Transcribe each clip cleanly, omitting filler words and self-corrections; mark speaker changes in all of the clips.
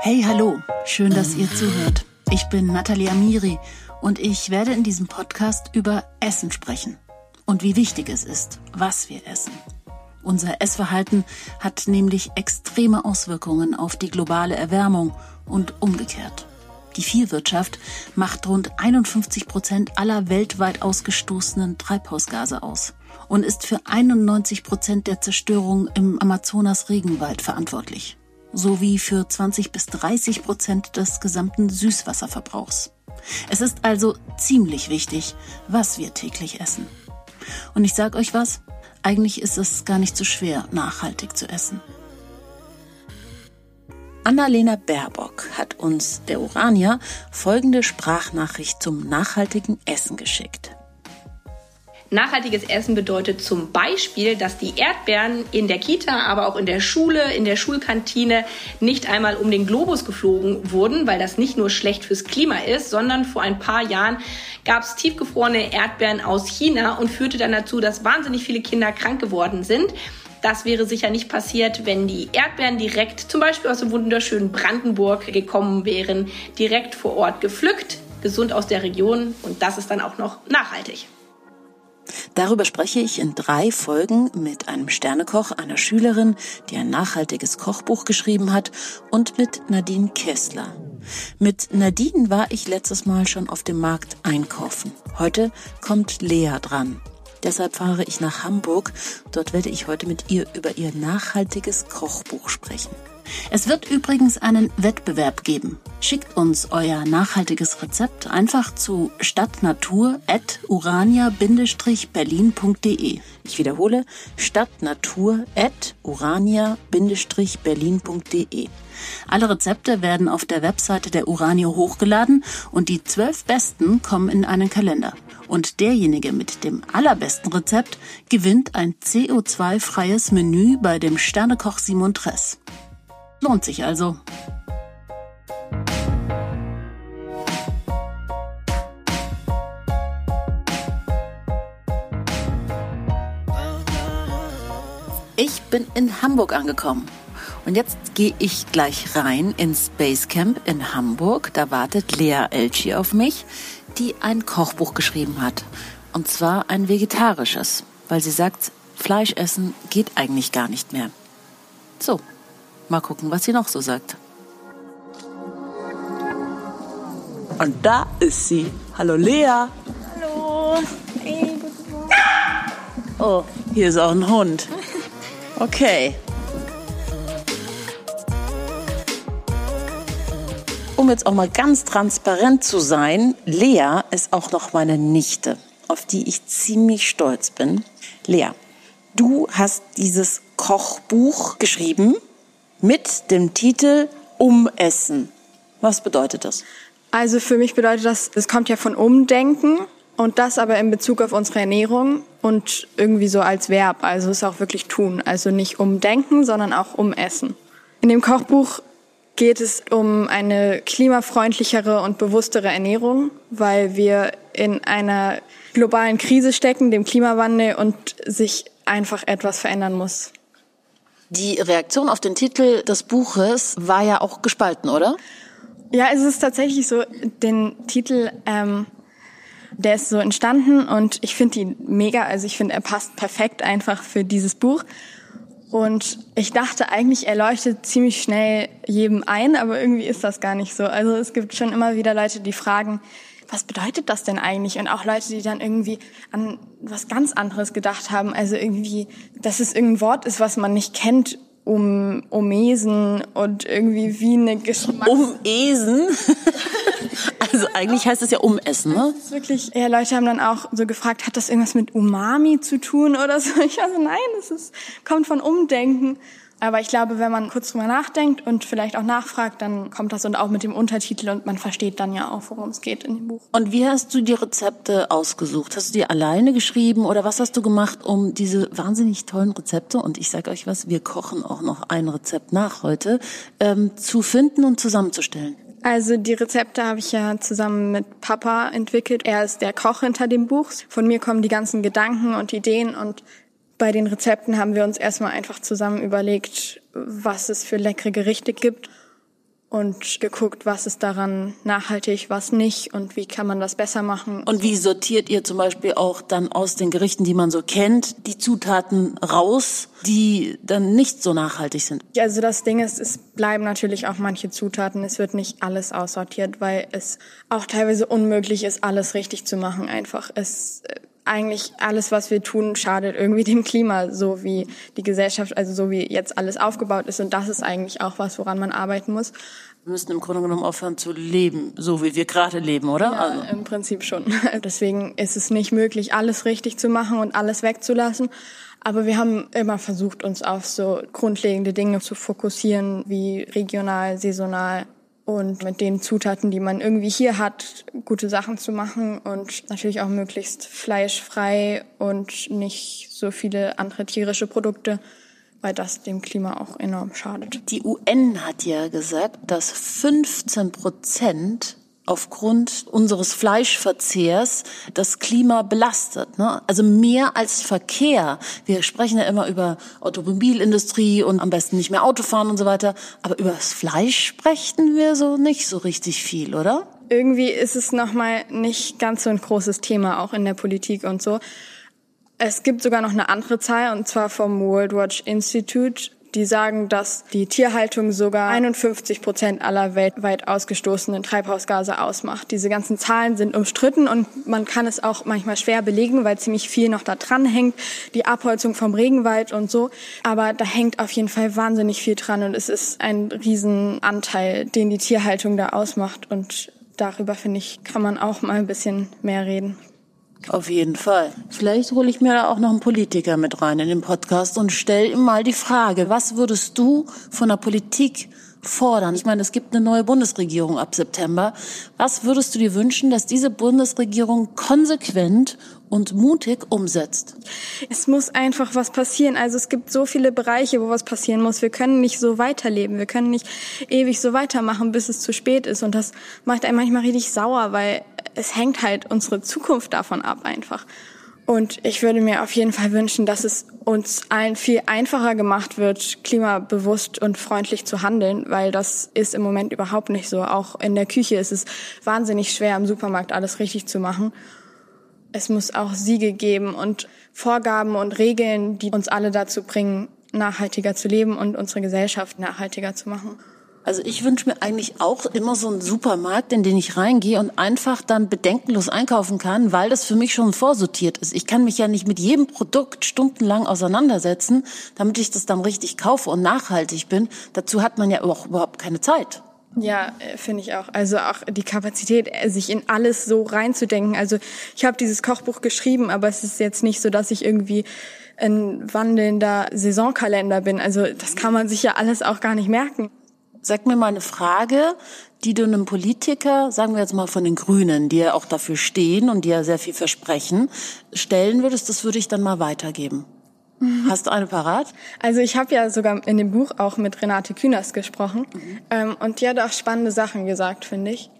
Speaker 1: Hey, hallo, schön, dass ihr zuhört. Ich bin Nathalie Amiri und ich werde in diesem Podcast über Essen sprechen und wie wichtig es ist, was wir essen. Unser Essverhalten hat nämlich extreme Auswirkungen auf die globale Erwärmung und umgekehrt. Die Viehwirtschaft macht rund 51% aller weltweit ausgestoßenen Treibhausgase aus und ist für 91% der Zerstörung im Amazonas-Regenwald verantwortlich, sowie für 20-30% des gesamten Süßwasserverbrauchs. Es ist also ziemlich wichtig, was wir täglich essen. Und ich sag euch was, eigentlich ist es gar nicht so schwer, nachhaltig zu essen. Annalena Baerbock hat uns, der Uranier, folgende Sprachnachricht zum nachhaltigen Essen geschickt.
Speaker 2: Nachhaltiges Essen bedeutet zum Beispiel, dass die Erdbeeren in der Kita, aber auch in der Schule, in der Schulkantine nicht einmal um den Globus geflogen wurden, weil das nicht nur schlecht fürs Klima ist, sondern vor ein paar Jahren gab es tiefgefrorene Erdbeeren aus China und führte dann dazu, dass wahnsinnig viele Kinder krank geworden sind. Das wäre sicher nicht passiert, wenn die Erdbeeren direkt, zum Beispiel aus dem wunderschönen Brandenburg, gekommen wären, direkt vor Ort gepflückt, gesund aus der Region, und das ist dann auch noch nachhaltig.
Speaker 1: Darüber spreche ich in 3 Folgen mit einem Sternekoch, einer Schülerin, die ein nachhaltiges Kochbuch geschrieben hat, und mit Nadine Kessler. Mit Nadine war ich letztes Mal schon auf dem Markt einkaufen. Heute kommt Lea dran. Deshalb fahre ich nach Hamburg. Dort werde ich heute mit ihr über ihr nachhaltiges Kochbuch sprechen. Es wird übrigens einen Wettbewerb geben. Schickt uns euer nachhaltiges Rezept einfach zu stadtnatur@urania-berlin.de. Ich wiederhole, stadtnatur@urania-berlin.de. Alle Rezepte werden auf der Webseite der Urania hochgeladen und die 12 Besten kommen in einen Kalender. Und derjenige mit dem allerbesten Rezept gewinnt ein CO2-freies Menü bei dem Sternekoch Simon Tress. Lohnt sich also. Ich bin in Hamburg angekommen. Und jetzt gehe ich gleich rein ins Basecamp in Hamburg. Da wartet Lea Elchi auf mich, die ein Kochbuch geschrieben hat. Und zwar ein vegetarisches, weil sie sagt, Fleisch essen geht eigentlich gar nicht mehr. So, mal gucken, was sie noch so sagt. Und da ist sie. Hallo Lea.
Speaker 3: Hallo. Hey, guten Morgen.
Speaker 1: Oh, hier ist auch ein Hund. Okay. Um jetzt auch mal ganz transparent zu sein, Lea ist auch noch meine Nichte, auf die ich ziemlich stolz bin. Lea, du hast dieses Kochbuch geschrieben mit dem Titel Umessen. Was bedeutet das?
Speaker 3: Also für mich bedeutet das, es kommt ja von Umdenken und das aber in Bezug auf unsere Ernährung und irgendwie so als Verb, also es ist auch wirklich tun. Also nicht umdenken, sondern auch umessen. In dem Kochbuch geht es um eine klimafreundlichere und bewusstere Ernährung, weil wir in einer globalen Krise stecken, dem Klimawandel, und sich einfach etwas verändern muss.
Speaker 1: Die Reaktion auf den Titel des Buches war ja auch gespalten, oder?
Speaker 3: Ja, es ist tatsächlich so, den Titel, der ist so entstanden und ich finde ihn mega, also ich finde, er passt perfekt einfach für dieses Buch. Und ich dachte eigentlich, er leuchtet ziemlich schnell jedem ein, aber irgendwie ist das gar nicht so. Also es gibt schon immer wieder Leute, die fragen, was bedeutet das denn eigentlich? Und auch Leute, die dann irgendwie an was ganz anderes gedacht haben. Also irgendwie, dass es irgendein Wort ist, was man nicht kennt, umesen und irgendwie wie eine
Speaker 1: Umesen? Also eigentlich heißt es ja umessen, ne?
Speaker 3: Das ist wirklich, ja, Leute haben dann auch so gefragt, hat das irgendwas mit Umami zu tun oder so? Ich war so, nein, kommt von Umdenken. Aber ich glaube, wenn man kurz drüber nachdenkt und vielleicht auch nachfragt, dann kommt das, und auch mit dem Untertitel, und man versteht dann ja auch, worum es geht in dem Buch.
Speaker 1: Und wie hast du die Rezepte ausgesucht? Hast du die alleine geschrieben oder was hast du gemacht, um diese wahnsinnig tollen Rezepte, und ich sage euch was, wir kochen auch noch ein Rezept nach heute, zu finden und zusammenzustellen?
Speaker 3: Also die Rezepte habe ich ja zusammen mit Papa entwickelt. Er ist der Koch hinter dem Buch. Von mir kommen die ganzen Gedanken und Ideen, und bei den Rezepten haben wir uns erstmal einfach zusammen überlegt, was es für leckere Gerichte gibt. und geguckt, was ist daran nachhaltig, was nicht und wie kann man das besser machen.
Speaker 1: Und wie sortiert ihr zum Beispiel auch dann aus den Gerichten, die man so kennt, die Zutaten raus, die dann nicht so nachhaltig sind?
Speaker 3: Also das Ding ist, es bleiben natürlich auch manche Zutaten. Es wird nicht alles aussortiert, weil es auch teilweise unmöglich ist, alles richtig zu machen einfach. Eigentlich alles, was wir tun, schadet irgendwie dem Klima, so wie die Gesellschaft, also so wie jetzt alles aufgebaut ist. Und das ist eigentlich auch was, woran man arbeiten muss.
Speaker 1: Wir müssen im Grunde genommen aufhören zu leben, so wie wir gerade leben, oder?
Speaker 3: Ja, im Prinzip schon. Deswegen ist es nicht möglich, alles richtig zu machen und alles wegzulassen. Aber wir haben immer versucht, uns auf so grundlegende Dinge zu fokussieren, wie regional, saisonal. Und mit den Zutaten, die man irgendwie hier hat, gute Sachen zu machen und natürlich auch möglichst fleischfrei und nicht so viele andere tierische Produkte, weil das dem Klima auch enorm schadet.
Speaker 1: Die UN hat ja gesagt, dass 15% aufgrund unseres Fleischverzehrs das Klima belastet, ne? Also mehr als Verkehr. Wir sprechen ja immer über Automobilindustrie und am besten nicht mehr Auto fahren und so weiter. Aber über das Fleisch sprechen wir so nicht so richtig viel, oder?
Speaker 3: Irgendwie ist es nochmal nicht ganz so ein großes Thema, auch in der Politik und so. Es gibt sogar noch eine andere Zahl, und zwar vom World Watch Institute. Die sagen, dass die Tierhaltung sogar 51% aller weltweit ausgestoßenen Treibhausgase ausmacht. Diese ganzen Zahlen sind umstritten und man kann es auch manchmal schwer belegen, weil ziemlich viel noch da dran hängt, die Abholzung vom Regenwald und so. Aber da hängt auf jeden Fall wahnsinnig viel dran und es ist ein Riesenanteil, den die Tierhaltung da ausmacht. Und darüber, finde ich, kann man auch mal ein bisschen mehr reden.
Speaker 1: Auf jeden Fall. Vielleicht hole ich mir da auch noch einen Politiker mit rein in den Podcast und stelle ihm mal die Frage, was würdest du von der Politik fordern? Ich meine, es gibt eine neue Bundesregierung ab September. Was würdest du dir wünschen, dass diese Bundesregierung konsequent und mutig umsetzt?
Speaker 3: Es muss einfach was passieren. Also es gibt so viele Bereiche, wo was passieren muss. Wir können nicht so weiterleben. Wir können nicht ewig so weitermachen, bis es zu spät ist. Und das macht einen manchmal richtig sauer, weil es hängt halt unsere Zukunft davon ab einfach. Und ich würde mir auf jeden Fall wünschen, dass es uns allen viel einfacher gemacht wird, klimabewusst und freundlich zu handeln, weil das ist im Moment überhaupt nicht so. Auch in der Küche ist es wahnsinnig schwer, im Supermarkt alles richtig zu machen. Es muss auch Siegel geben und Vorgaben und Regeln, die uns alle dazu bringen, nachhaltiger zu leben und unsere Gesellschaft nachhaltiger zu machen.
Speaker 1: Also ich wünsche mir eigentlich auch immer so einen Supermarkt, in den ich reingehe und einfach dann bedenkenlos einkaufen kann, weil das für mich schon vorsortiert ist. Ich kann mich ja nicht mit jedem Produkt stundenlang auseinandersetzen, damit ich das dann richtig kaufe und nachhaltig bin. Dazu hat man ja auch überhaupt keine Zeit.
Speaker 3: Ja, finde ich auch. Also auch die Kapazität, sich in alles so reinzudenken. Also ich habe dieses Kochbuch geschrieben, aber es ist jetzt nicht so, dass ich irgendwie ein wandelnder Saisonkalender bin. Also das kann man sich ja alles auch gar nicht merken.
Speaker 1: Sag mir mal eine Frage, die du einem Politiker, sagen wir jetzt mal von den Grünen, die ja auch dafür stehen und die ja sehr viel versprechen, stellen würdest, das würde ich dann mal weitergeben. Hast du eine parat?
Speaker 3: Also ich habe ja sogar in dem Buch auch mit Renate Künast gesprochen. Und die hat auch spannende Sachen gesagt, finde ich.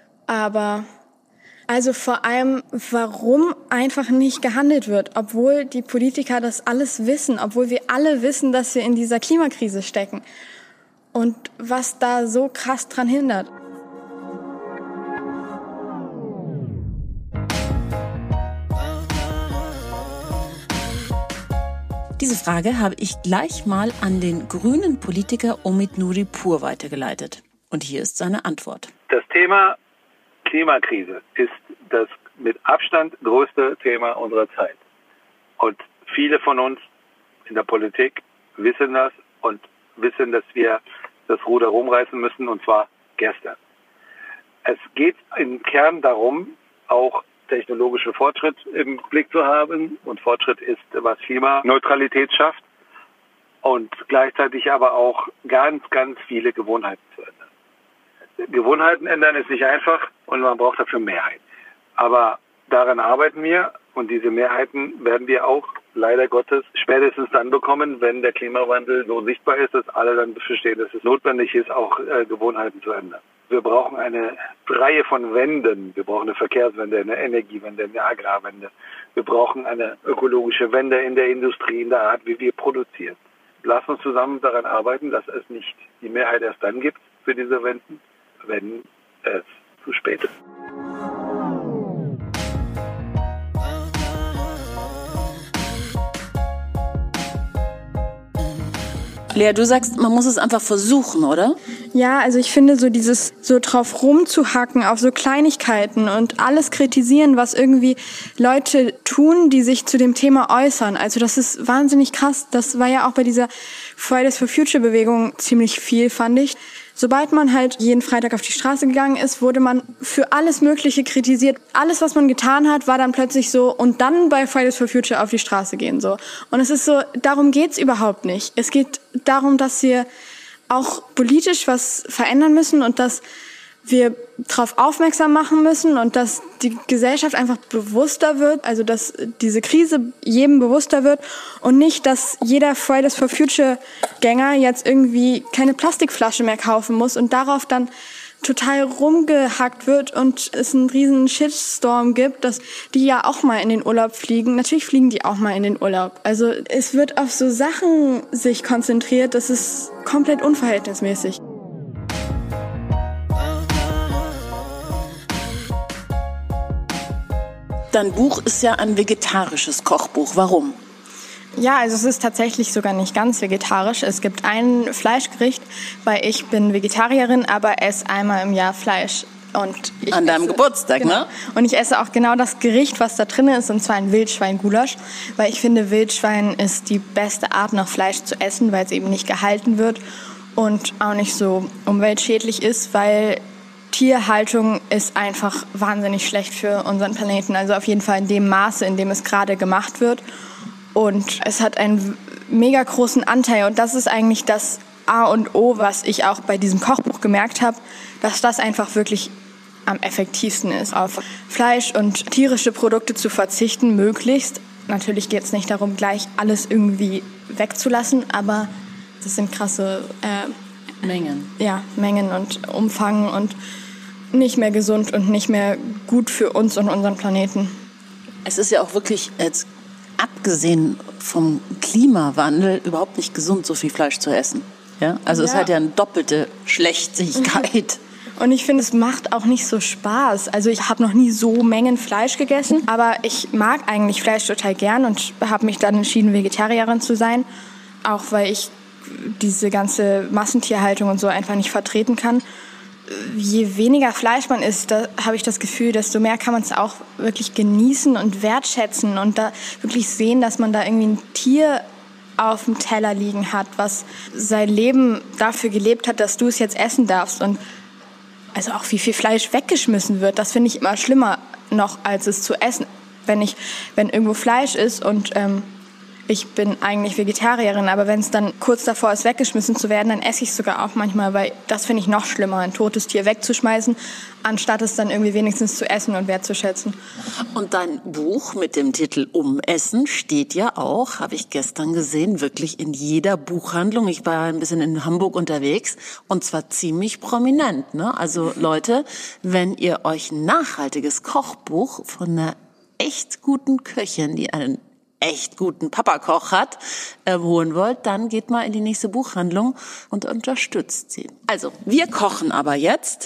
Speaker 3: Aber also vor allem, warum einfach nicht gehandelt wird, obwohl die Politiker das alles wissen, obwohl wir alle wissen, dass wir in dieser Klimakrise stecken. Und was da so krass dran hindert.
Speaker 1: Diese Frage habe ich gleich mal an den grünen Politiker Omid Nuripur weitergeleitet. Und hier ist seine Antwort.
Speaker 4: Das Thema Klimakrise ist das mit Abstand größte Thema unserer Zeit. Und viele von uns in der Politik wissen das und wissen, dass wir das Ruder rumreißen müssen, und zwar gestern. Es geht im Kern darum, auch technologischen Fortschritt im Blick zu haben. Und Fortschritt ist, was Klimaneutralität schafft. Und gleichzeitig aber auch ganz, ganz viele Gewohnheiten zu ändern. Gewohnheiten ändern ist nicht einfach und man braucht dafür Mehrheit. Aber daran arbeiten wir und diese Mehrheiten werden wir auch leider Gottes spätestens dann bekommen, wenn der Klimawandel so sichtbar ist, dass alle dann verstehen, dass es notwendig ist, auch Gewohnheiten zu ändern. Wir brauchen eine Reihe von Wenden. Wir brauchen eine Verkehrswende, eine Energiewende, eine Agrarwende. Wir brauchen eine ökologische Wende in der Industrie, in der Art, wie wir produzieren. Lass uns zusammen daran arbeiten, dass es nicht die Mehrheit erst dann gibt, für diese wenden, wenn es zu spät ist.
Speaker 1: Lea, du sagst, man muss es einfach versuchen, oder?
Speaker 3: Ja, also ich finde so dieses so drauf rumzuhacken auf so Kleinigkeiten und alles kritisieren, was irgendwie Leute tun, die sich zu dem Thema äußern. Also das ist wahnsinnig krass. Das war ja auch bei dieser Fridays for Future Bewegung ziemlich viel, fand ich. Sobald man halt jeden Freitag auf die Straße gegangen ist, wurde man für alles Mögliche kritisiert. Alles, was man getan hat, war dann plötzlich so, und dann bei Fridays for Future auf die Straße gehen, so. Und es ist so, darum geht's überhaupt nicht. Es geht darum, dass wir auch politisch was verändern müssen und dass wir darauf aufmerksam machen müssen und dass die Gesellschaft einfach bewusster wird, also dass diese Krise jedem bewusster wird und nicht, dass jeder Fridays for Future Gänger jetzt irgendwie keine Plastikflasche mehr kaufen muss und darauf dann total rumgehackt wird und es einen riesen Shitstorm gibt, dass die ja auch mal in den Urlaub fliegen. Natürlich fliegen die auch mal in den Urlaub. Also es wird auf so Sachen sich konzentriert, das ist komplett unverhältnismäßig.
Speaker 1: Dein Buch ist ja ein vegetarisches Kochbuch. Warum?
Speaker 3: Ja, also es ist tatsächlich sogar nicht ganz vegetarisch. Es gibt ein Fleischgericht, weil ich bin Vegetarierin, aber esse einmal im Jahr Fleisch. Und ich
Speaker 1: An deinem Geburtstag,
Speaker 3: genau.
Speaker 1: Ne?
Speaker 3: Und ich esse auch genau das Gericht, was da drin ist, und zwar ein Wildschweingulasch, weil ich finde, Wildschwein ist die beste Art, noch Fleisch zu essen, weil es eben nicht gehalten wird und auch nicht so umweltschädlich ist, weil Tierhaltung ist einfach wahnsinnig schlecht für unseren Planeten. Also auf jeden Fall in dem Maße, in dem es gerade gemacht wird. Und es hat einen mega großen Anteil. Und das ist eigentlich das A und O, was ich auch bei diesem Kochbuch gemerkt habe, dass das einfach wirklich am effektivsten ist, auf Fleisch und tierische Produkte zu verzichten, möglichst. Natürlich geht es nicht darum, gleich alles irgendwie wegzulassen, aber das sind krasse
Speaker 1: Mengen.
Speaker 3: Ja, Mengen und Umfang und nicht mehr gesund und nicht mehr gut für uns und unseren Planeten.
Speaker 1: Es ist ja auch wirklich, jetzt abgesehen vom Klimawandel, überhaupt nicht gesund, so viel Fleisch zu essen. Ja? Also es hat ja eine doppelte Schlechtigkeit.
Speaker 3: Und ich finde, es macht auch nicht so Spaß. Also ich habe noch nie so Mengen Fleisch gegessen, aber ich mag eigentlich Fleisch total gern und habe mich dann entschieden, Vegetarierin zu sein. Auch weil ich diese ganze Massentierhaltung und so einfach nicht vertreten kann. Je weniger Fleisch man isst, da habe ich das Gefühl, desto mehr kann man es auch wirklich genießen und wertschätzen und da wirklich sehen, dass man da irgendwie ein Tier auf dem Teller liegen hat, was sein Leben dafür gelebt hat, dass du es jetzt essen darfst. Und also auch wie viel Fleisch weggeschmissen wird, das finde ich immer schlimmer noch, als es zu essen. Wenn irgendwo Fleisch ist und ich bin eigentlich Vegetarierin, aber wenn es dann kurz davor ist, weggeschmissen zu werden, dann esse ich es sogar auch manchmal, weil das finde ich noch schlimmer, ein totes Tier wegzuschmeißen, anstatt es dann irgendwie wenigstens zu essen und wertzuschätzen.
Speaker 1: Und dein Buch mit dem Titel Umessen steht ja auch, habe ich gestern gesehen, wirklich in jeder Buchhandlung. Ich war ein bisschen in Hamburg unterwegs und zwar ziemlich prominent. Ne? Also Leute, wenn ihr euch ein nachhaltiges Kochbuch von einer echt guten Köchin, die einen echt guten Papakoch hat, holen wollt, dann geht mal in die nächste Buchhandlung und unterstützt sie. Also, wir kochen aber jetzt.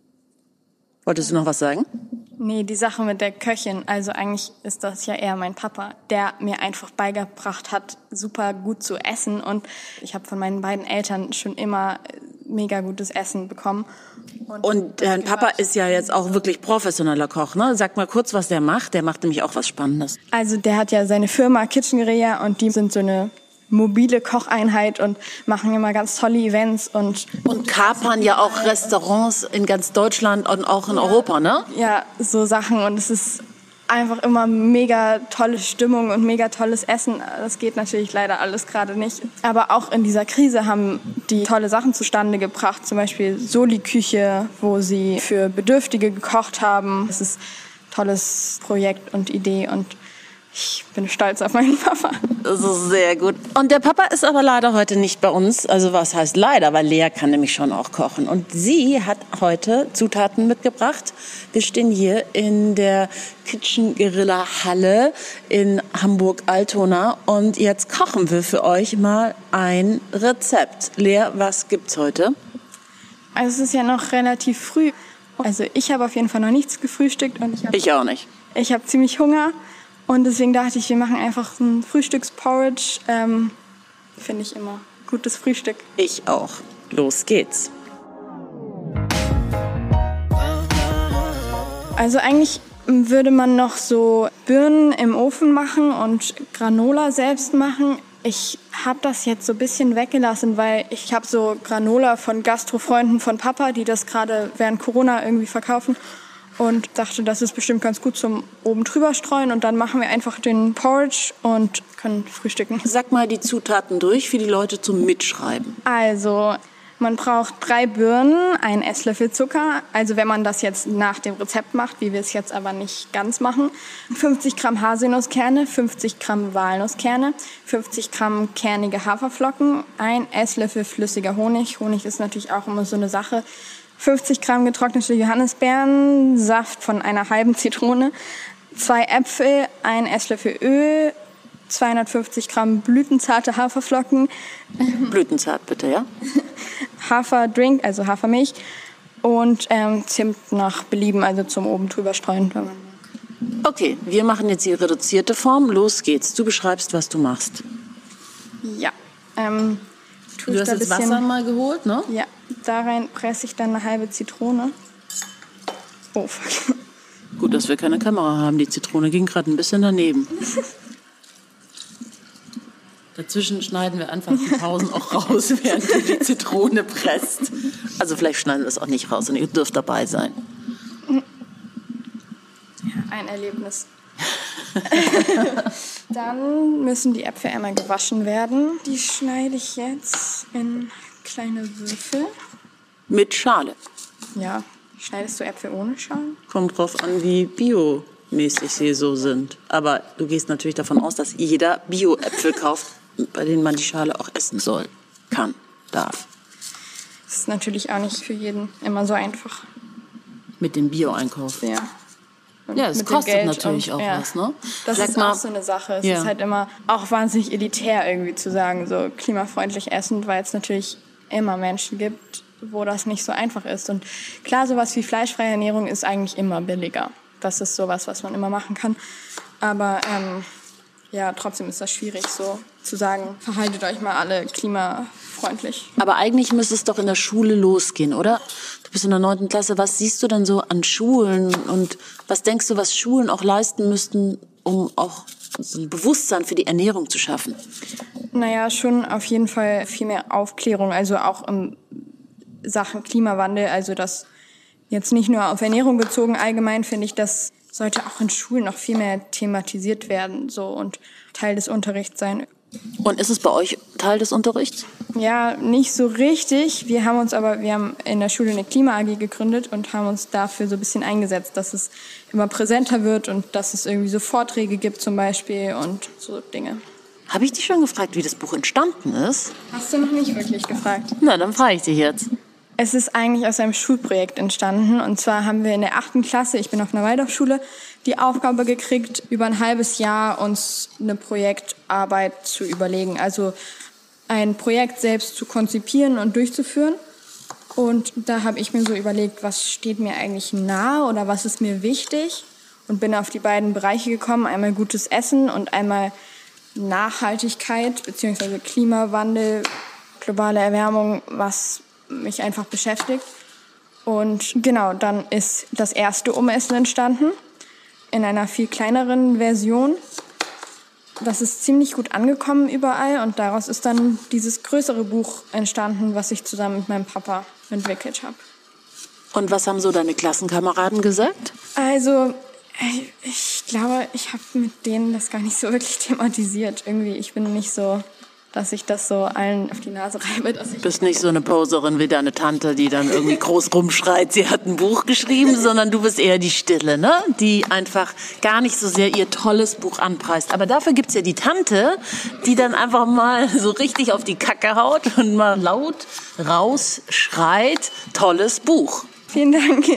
Speaker 1: Wolltest du noch was sagen?
Speaker 3: Nee, die Sache mit der Köchin, also eigentlich ist das ja eher mein Papa, der mir einfach beigebracht hat, super gut zu essen. Und ich habe von meinen beiden Eltern schon immer mega gutes Essen bekommen.
Speaker 1: Und dein Papa ist ja jetzt auch wirklich professioneller Koch, ne? Sag mal kurz, was der macht. Der macht nämlich auch was Spannendes.
Speaker 3: Also der hat ja seine Firma Kitchen Guerilla und die sind so eine mobile Kocheinheit und machen immer ganz tolle Events und
Speaker 1: kapern ja auch Restaurants in ganz Deutschland und auch in Europa, ne?
Speaker 3: Ja, so Sachen und es ist einfach immer mega tolle Stimmung und mega tolles Essen. Das geht natürlich leider alles gerade nicht. Aber auch in dieser Krise haben die tolle Sachen zustande gebracht. Zum Beispiel Soli-Küche, wo sie für Bedürftige gekocht haben. Das ist ein tolles Projekt und Idee und ich bin stolz auf meinen Papa.
Speaker 1: Das ist sehr gut. Und der Papa ist aber leider heute nicht bei uns. Also was heißt leider? Weil Lea kann nämlich schon auch kochen. Und sie hat heute Zutaten mitgebracht. Wir stehen hier in der Kitchen Guerilla Halle in Hamburg-Altona. Und jetzt kochen wir für euch mal ein Rezept. Lea, was gibt's heute?
Speaker 3: Also es ist ja noch relativ früh. Also ich habe auf jeden Fall noch nichts gefrühstückt. Und
Speaker 5: ich auch nicht.
Speaker 3: Ich habe ziemlich Hunger und deswegen dachte ich, wir machen einfach ein Frühstücksporridge. Finde ich immer gutes Frühstück.
Speaker 5: Ich auch. Los geht's.
Speaker 3: Also eigentlich würde man noch so Birnen im Ofen machen und Granola selbst machen. Ich habe das jetzt so ein bisschen weggelassen, weil ich habe so Granola von Gastrofreunden von Papa, die das gerade während Corona irgendwie verkaufen. Und dachte, das ist bestimmt ganz gut zum oben drüber streuen. Und dann machen wir einfach den Porridge und können frühstücken.
Speaker 5: Sag mal die Zutaten durch für die Leute zum Mitschreiben.
Speaker 3: Also man braucht 3 Birnen, 1 Esslöffel Zucker. Also wenn man das jetzt nach dem Rezept macht, wie wir es jetzt aber nicht ganz machen. 50 Gramm Haselnusskerne, 50 Gramm Walnusskerne, 50 Gramm kernige Haferflocken, 1 Esslöffel flüssiger Honig. Honig ist natürlich auch immer so eine Sache. 50 Gramm getrocknete Johannisbeeren, Saft von einer halben Zitrone, 2 Äpfel, 1 Esslöffel Öl, 250 Gramm blütenzarte Haferflocken.
Speaker 5: Blütenzart bitte, ja?
Speaker 3: Haferdrink, also Hafermilch und Zimt nach Belieben, also zum oben drüber streuen.
Speaker 5: Okay, wir machen jetzt die reduzierte Form. Los geht's. Du beschreibst, was du machst.
Speaker 3: Ja.
Speaker 5: Du hast jetzt Wasser mal geholt, ne?
Speaker 3: Ja, da rein presse ich dann eine halbe Zitrone. Oh, fuck.
Speaker 5: Gut, dass wir keine Kamera haben. Die Zitrone ging gerade ein bisschen daneben. Dazwischen schneiden wir einfach die Pausen auch raus, während du die Zitrone presst. Also vielleicht schneiden wir es auch nicht raus und ihr dürft dabei sein.
Speaker 3: Ja, ein Erlebnis. Dann müssen die Äpfel einmal gewaschen werden. Die schneide ich jetzt in kleine Würfel.
Speaker 5: Mit Schale?
Speaker 3: Ja. Schneidest du Äpfel ohne Schalen?
Speaker 5: Kommt drauf an, wie biomäßig sie so sind. Aber du gehst natürlich davon aus, dass jeder Bio-Äpfel kauft, bei denen man die Schale auch essen soll, kann, darf.
Speaker 3: Das ist natürlich auch nicht für jeden immer so einfach.
Speaker 5: Mit dem Bio-Einkauf?
Speaker 3: Ja. Und
Speaker 5: ja, es kostet natürlich auch was, ne?
Speaker 3: Das ist auch so eine Sache. Es ist halt immer auch wahnsinnig elitär irgendwie zu sagen, so klimafreundlich essen, weil es natürlich immer Menschen gibt, wo das nicht so einfach ist. Und klar, sowas wie fleischfreie Ernährung ist eigentlich immer billiger. Das ist sowas, was man immer machen kann. Aber ja, trotzdem ist das schwierig, so zu sagen, verhaltet euch mal alle klimafreundlich.
Speaker 5: Aber eigentlich müsste es doch in der Schule losgehen, oder? Du bist in der 9. Klasse. Was siehst du denn so an Schulen? Und was denkst du, was Schulen auch leisten müssten, um auch so ein Bewusstsein für die Ernährung zu schaffen?
Speaker 3: Naja, schon auf jeden Fall viel mehr Aufklärung, also auch in Sachen Klimawandel. Also das jetzt nicht nur auf Ernährung bezogen, allgemein finde ich, das sollte auch in Schulen noch viel mehr thematisiert werden so und Teil des Unterrichts sein.
Speaker 5: Und ist es bei euch Teil des Unterrichts?
Speaker 3: Ja, nicht so richtig. Wir haben in der Schule eine Klima-AG gegründet und haben uns dafür so ein bisschen eingesetzt, dass es immer präsenter wird und dass es irgendwie so Vorträge gibt zum Beispiel und so Dinge.
Speaker 5: Habe ich dich schon gefragt, wie das Buch entstanden ist?
Speaker 3: Hast du noch nicht wirklich gefragt?
Speaker 5: Na, dann frage ich dich jetzt.
Speaker 3: Es ist eigentlich aus einem Schulprojekt entstanden. Und zwar haben wir in der 8. Klasse, ich bin auf einer Waldorfschule, die Aufgabe gekriegt, über ein halbes Jahr uns eine Projektarbeit zu überlegen. Also ein Projekt selbst zu konzipieren und durchzuführen. Und da habe ich mir so überlegt, was steht mir eigentlich nahe oder was ist mir wichtig? Und bin auf die beiden Bereiche gekommen, einmal gutes Essen und einmal Nachhaltigkeit bzw. Klimawandel, globale Erwärmung, was mich einfach beschäftigt. Und genau, dann ist das erste Umessen entstanden, in einer viel kleineren Version. Das ist ziemlich gut angekommen überall und daraus ist dann dieses größere Buch entstanden, was ich zusammen mit meinem Papa entwickelt habe.
Speaker 5: Und was haben so deine Klassenkameraden gesagt?
Speaker 3: Also, ich glaube, ich habe mit denen das gar nicht so wirklich thematisiert. Irgendwie, ich bin nicht so, dass ich das so allen auf die Nase reibe. Du
Speaker 5: bist nicht so eine Poserin wie deine Tante, die dann irgendwie groß rumschreit, sie hat ein Buch geschrieben, sondern du bist eher die Stille, ne? Die einfach gar nicht so sehr ihr tolles Buch anpreist. Aber dafür gibt's ja die Tante, die dann einfach mal so richtig auf die Kacke haut und mal laut rausschreit, tolles Buch.
Speaker 3: Vielen Dank.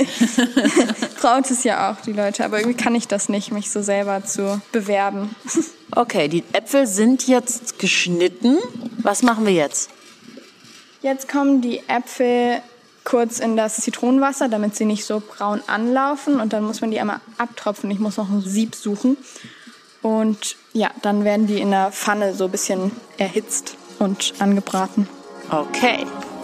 Speaker 3: Traut es ja auch, die Leute. Aber irgendwie kann ich das nicht, mich so selber zu bewerben.
Speaker 5: Okay, die Äpfel sind jetzt geschnitten. Was machen wir jetzt?
Speaker 3: Jetzt kommen die Äpfel kurz in das Zitronenwasser, damit sie nicht so braun anlaufen. Und dann muss man die einmal abtropfen. Ich muss noch ein Sieb suchen. Und ja, dann werden die in der Pfanne so ein bisschen erhitzt und angebraten.
Speaker 5: Okay.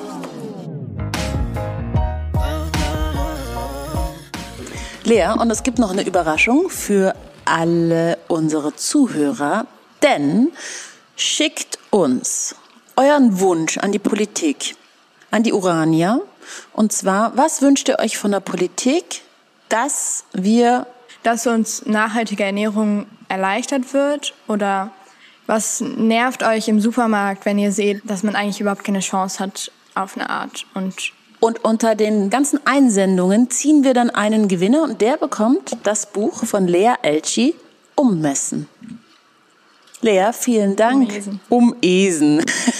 Speaker 5: Lea, und es gibt noch eine Überraschung für alle unsere Zuhörer, denn schickt uns euren Wunsch an die Politik, an die Urania. Und zwar, was wünscht ihr euch von der Politik, dass
Speaker 3: uns nachhaltige Ernährung erleichtert wird? Oder was nervt euch im Supermarkt, wenn ihr seht, dass man eigentlich überhaupt keine Chance hat auf eine Art? Und
Speaker 5: unter den ganzen Einsendungen ziehen wir dann einen Gewinner und der bekommt das Buch von Lea Elchi, Ummessen. Lea, vielen Dank. Umesen.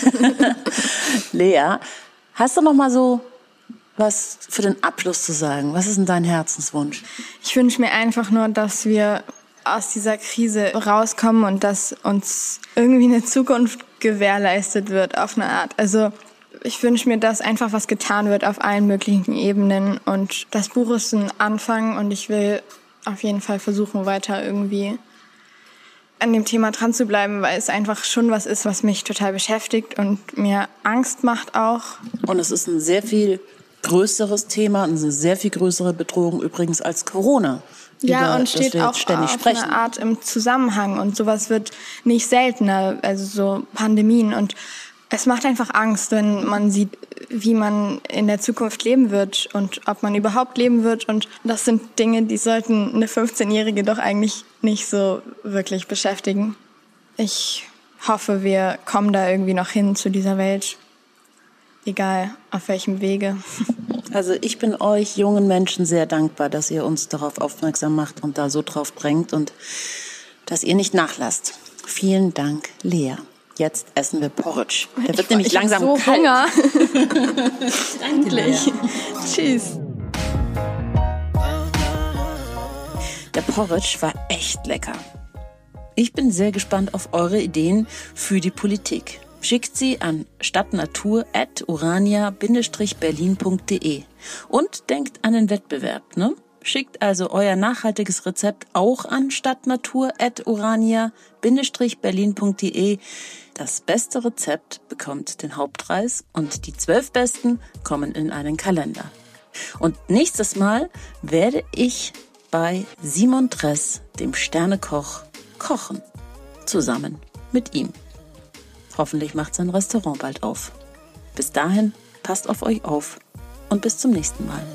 Speaker 5: Lea, hast du noch mal so was für den Abschluss zu sagen? Was ist denn dein Herzenswunsch?
Speaker 3: Ich wünsche mir einfach nur, dass wir aus dieser Krise rauskommen und dass uns irgendwie eine Zukunft gewährleistet wird auf eine Art. Also ich wünsche mir, dass einfach was getan wird auf allen möglichen Ebenen. Und das Buch ist ein Anfang und ich will auf jeden Fall versuchen, weiter irgendwie an dem Thema dran zu bleiben, weil es einfach schon was ist, was mich total beschäftigt und mir Angst macht auch.
Speaker 5: Und es ist ein sehr viel größeres Thema, eine sehr viel größere Bedrohung übrigens als Corona.
Speaker 3: Ja, und steht auch auf eine Art im Zusammenhang und sowas wird nicht seltener, also so Pandemien und es macht einfach Angst, wenn man sieht, wie man in der Zukunft leben wird und ob man überhaupt leben wird. Und das sind Dinge, die sollten eine 15-Jährige doch eigentlich nicht so wirklich beschäftigen. Ich hoffe, wir kommen da irgendwie noch hin zu dieser Welt, egal auf welchem Wege.
Speaker 5: Also ich bin euch jungen Menschen sehr dankbar, dass ihr uns darauf aufmerksam macht und da so drauf drängt und dass ihr nicht nachlasst. Vielen Dank, Lea. Jetzt essen wir Porridge. Der wird nämlich langsam
Speaker 3: so
Speaker 5: kalt.
Speaker 3: Hunger.
Speaker 5: Danke, Lea.
Speaker 3: Tschüss.
Speaker 5: Der Porridge war echt lecker. Ich bin sehr gespannt auf eure Ideen für die Politik. Schickt sie an stadtnatur@urania-berlin.de und denkt an den Wettbewerb, ne? Schickt also euer nachhaltiges Rezept auch an stadtnatur@urania-berlin.de. Das beste Rezept bekommt den Hauptpreis und die 12 Besten kommen in einen Kalender. Und nächstes Mal werde ich bei Simon Dress, dem Sternekoch, kochen. Zusammen mit ihm. Hoffentlich macht sein Restaurant bald auf. Bis dahin, passt auf euch auf und bis zum nächsten Mal.